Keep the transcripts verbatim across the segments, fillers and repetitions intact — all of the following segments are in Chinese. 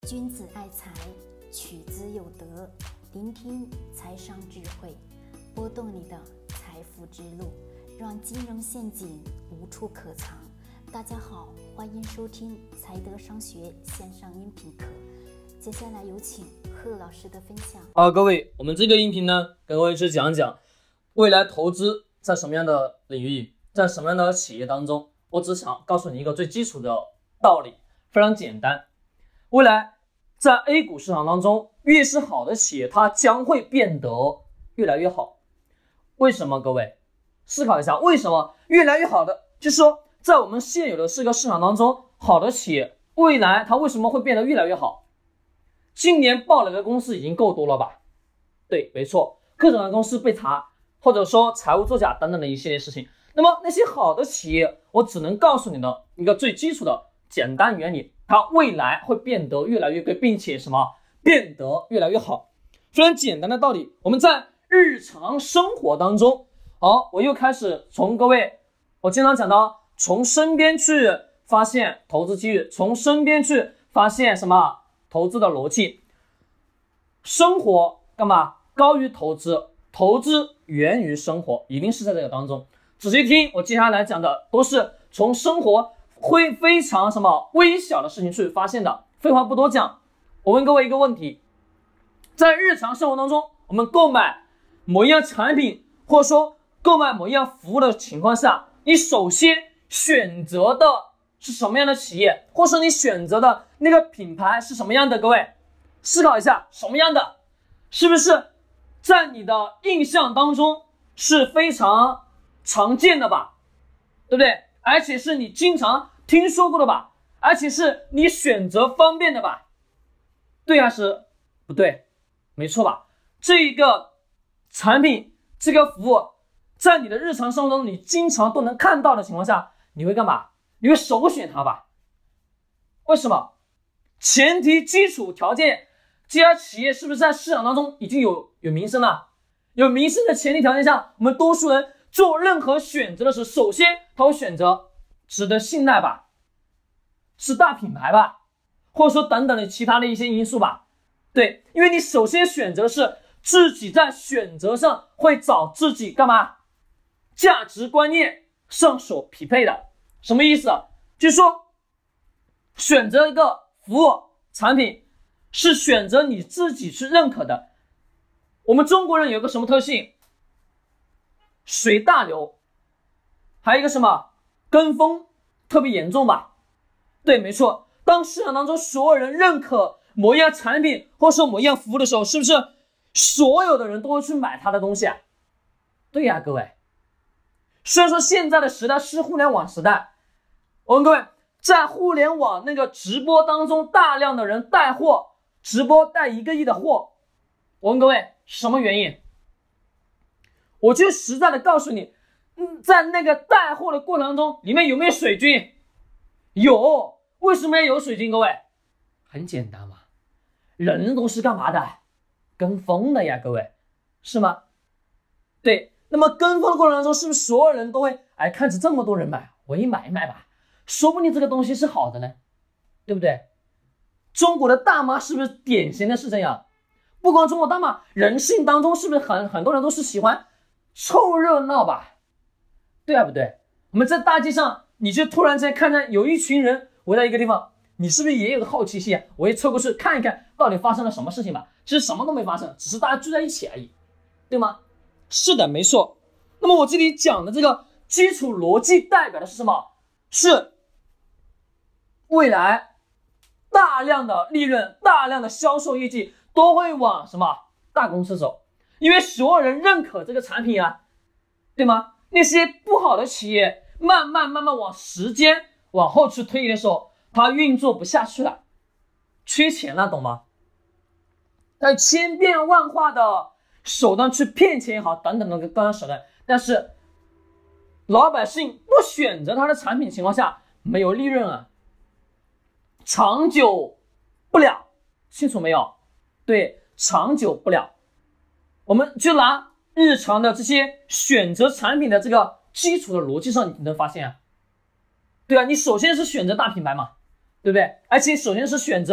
君子爱财，取之有德。聆听财商智慧，拨动你的财富之路，让金融陷阱无处可藏。大家好，欢迎收听财德商学线上音频课。接下来有请贺老师的分享。 好，各位，我们这个音频呢，跟各位去讲讲未来投资在什么样的领域，在什么样的企业当中。我只想告诉你一个最基础的道理，非常简单。未来在 A 股市场当中，越是好的企业，它将会变得越来越好。为什么？各位思考一下，为什么越来越好的？就是说，在我们现有的这个市场当中，好的企业未来它为什么会变得越来越好？今年爆雷的公司已经够多了吧？对，没错，各种的公司被查，或者说财务作假等等的一系列事情。那么那些好的企业，我只能告诉你的一个最基础的简单原理，它未来会变得越来越贵，并且什么变得越来越好。非常简单的道理，我们在日常生活当中，好，我又开始从各位，我经常讲到从身边去发现投资机遇，从身边去发现什么投资的逻辑。生活干嘛高于投资？投资源于生活，一定是在这个当中。仔细听，我接下来讲的都是从生活会非常什么微小的事情去发现的。废话不多讲，我问各位一个问题，在日常生活当中，我们购买某一样产品，或者说购买某一样服务的情况下，你首先选择的是什么样的企业，或者说你选择的那个品牌是什么样的？各位思考一下，什么样的？是不是在你的印象当中是非常常见的吧？对不对？而且是你经常听说过的吧？而且是你选择方便的吧？对还是不对？没错吧？这个产品，这个服务，在你的日常生活中你经常都能看到的情况下，你会干嘛？你会首选它吧？为什么？前提基础条件，这家企业是不是在市场当中已经有有名声了？有名声的前提条件下，我们多数人做任何选择的时候，首先他会选择值得信赖吧，是大品牌吧，或者说等等的其他的一些因素吧。对，因为你首先选择是自己在选择上会找自己干嘛？价值观念上所匹配的。什么意思啊？就是说选择一个服务产品是选择你自己去认可的。我们中国人有个什么特性？随大流，还有一个什么跟风特别严重吧？对，没错。当市场当中所有人认可某一样产品或者说某一样服务的时候，是不是所有的人都会去买它的东西啊？对呀，各位。虽然说现在的时代是互联网时代，我问各位，在互联网那个直播当中，大量的人带货，直播带一个亿的货，我问各位什么原因？我就实在的告诉你，嗯，在那个带货的过程当中，里面有没有水军？有。为什么要有水军？各位，很简单嘛，人都是干嘛的？跟风的呀，各位，是吗？对，那么跟风的过程当中，是不是所有人都会哎看着这么多人买，我也买一买吧，说不定这个东西是好的呢，对不对？中国的大妈是不是典型的是这样？不光中国大妈，人性当中是不是很很多人都是喜欢凑热闹吧？对啊，不对？我们在大街上，你就突然间看见有一群人围在一个地方，你是不是也有个好奇心啊？我也凑过去看一看到底发生了什么事情吧。其实什么都没发生，只是大家聚在一起而已，对吗？是的，没错。那么我这里讲的这个基础逻辑代表的是什么？是未来大量的利润、大量的销售业绩都会往什么大公司走，因为所有人认可这个产品啊，对吗？那些不好的企业慢慢慢慢往时间往后去推移的时候，它运作不下去了，缺钱了，懂吗？在千变万化的手段去骗钱也好，等等的各种手段，但是老百姓不选择它的产品情况下，没有利润啊，长久不了，清楚没有？对，长久不了。我们就拿日常的这些选择产品的这个基础的逻辑上，你能发现啊？对啊，你首先是选择大品牌嘛，对不对？而且首先是选择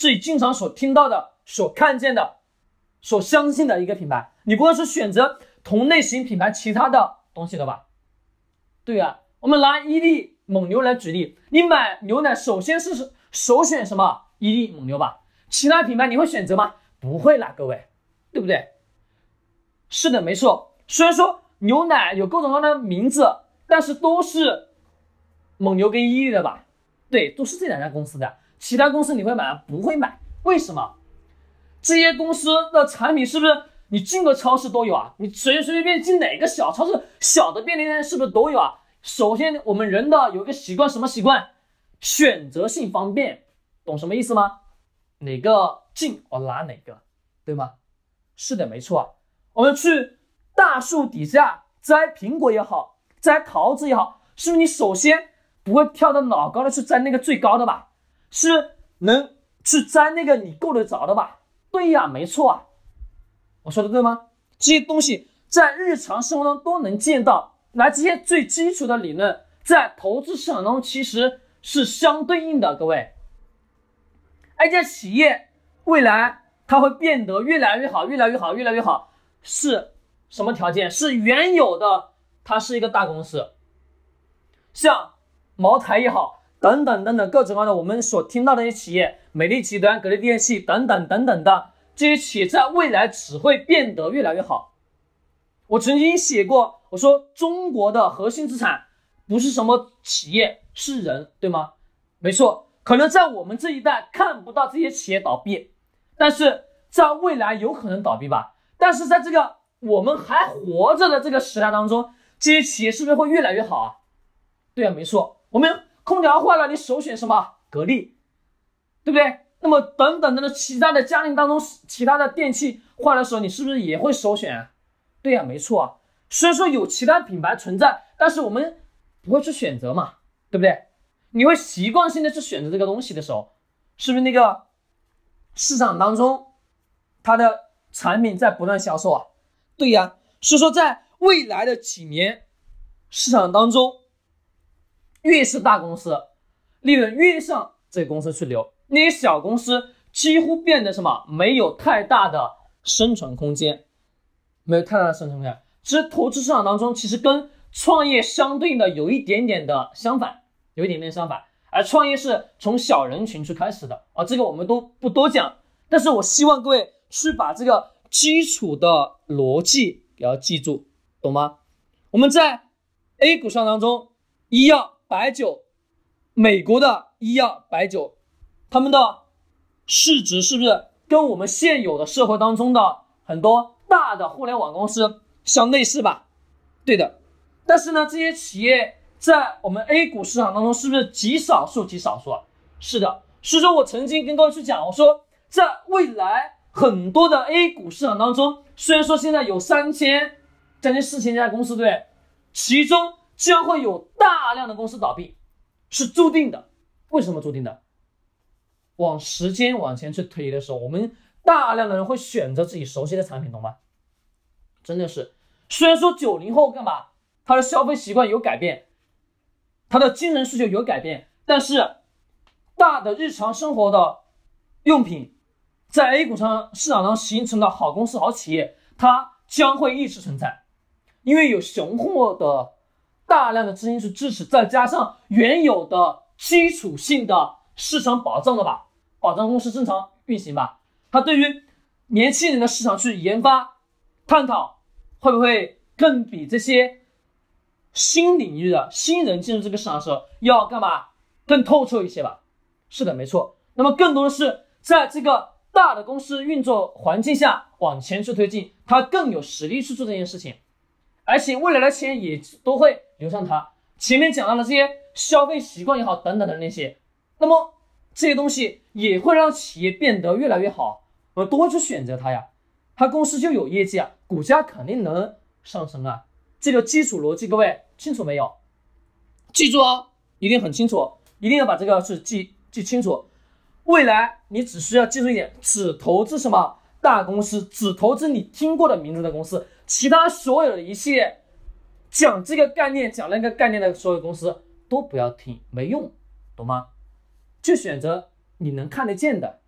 自己经常所听到的、所看见的、所相信的一个品牌，你不会去选择同类型品牌其他的东西的吧？对啊，我们拿伊利、蒙牛来举例，你买牛奶首先是首选什么？伊利、蒙牛吧，其他品牌你会选择吗？不会啦，各位，对不对？是的，没错。虽然说牛奶有各种各样的名字，但是都是蒙牛跟伊利的吧？对，都是这两家公司的。其他公司你会买吗？不会买。为什么？这些公司的产品是不是你进个超市都有啊？你随随便便进哪个小超市、小的便利店是不是都有啊？首先，我们人的有一个习惯，什么习惯？选择性方便，懂什么意思吗？哪个进我拿哪个，对吗？是的，没错啊。我们去大树底下摘苹果也好，摘桃子也好，是不是你首先不会跳到老高的去摘那个最高的吧？是能去摘那个你够得着的吧？对呀，没错啊。我说的对吗？这些东西在日常生活中都能见到，来这些最基础的理论在投资市场中其实是相对应的。各位，一家企业未来它会变得越来越好，越来越好，越来越好，是什么条件？是原有的它是一个大公司，像茅台也好，等等等等各种各样的我们所听到的一些企业，美的集团、格力电器等等等等的这些企业，在未来只会变得越来越好。我曾经写过，我说中国的核心资产不是什么企业，是人，对吗？没错，可能在我们这一代看不到这些企业倒闭，但是在未来有可能倒闭吧。但是在这个我们还活着的这个时代当中，这些企业是不是会越来越好啊？对啊，没错。我们空调坏了，你首选什么？格力，对不对？那么等等的其他的家庭当中，其他的电器坏的时候，你是不是也会首选啊？对啊，没错啊。虽然说有其他品牌存在，但是我们不会去选择嘛，对不对？你会习惯性的去选择这个东西的时候，是不是那个市场当中它的产品在不断销售啊？对呀，所以说在未来的几年市场当中，越是大公司利润越向这个公司去流，那些小公司几乎变得什么没有太大的生存空间，没有太大的生存空间。其实投资市场当中其实跟创业相对应的有一点点的相反，有一点点相反。而创业是从小人群去开始的啊，这个我们都不多讲，但是我希望各位去把这个基础的逻辑也要记住，懂吗？我们在 A 股上当中，医药、白酒，美国的医药、白酒，他们的市值是不是跟我们现有的社会当中的很多大的互联网公司相类似吧？对的。但是呢，这些企业在我们 A 股市场当中是不是极少数极少数啊？是的。所以说我曾经跟各位去讲，我说在未来很多的 A 股市场当中，虽然说现在有三千将近四千家公司，对，其中将会有大量的公司倒闭，是注定的。为什么注定的？往时间往前去推的时候，我们大量的人会选择自己熟悉的产品，懂吗？真的是，虽然说九零后干嘛，他的消费习惯有改变，他的精神需求有改变，但是大的日常生活的用品在 A 股上市场上形成的好公司好企业，它将会一直存在，因为有雄厚的大量的资金去支持，再加上原有的基础性的市场保障的吧，保障公司正常运行吧，它对于年轻人的市场去研发探讨，会不会更比这些新领域的新人进入这个市场的时候要干嘛更透彻一些吧？是的，没错。那么更多的是在这个大的公司运作环境下往前去推进，它更有实力去做这件事情，而且未来的钱也都会流向它。前面讲到的这些消费习惯也好等等的那些，那么这些东西也会让企业变得越来越好，我们都会去选择它呀。它公司就有业绩啊，股价肯定能上升啊。这个基础逻辑各位清楚没有？记住哦，一定很清楚，一定要把这个是记记清楚。未来你只需要记住一点，只投资什么大公司，只投资你听过的名字的公司，其他所有的一系列讲这个概念讲那个概念的所有公司都不要听，没用，懂吗？就选择你能看得见的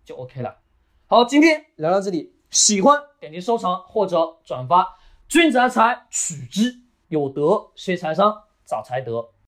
就 OK 了。好，今天聊到这里，喜欢点击收藏或者转发。君子爱财，取之有德；学财商，找财德。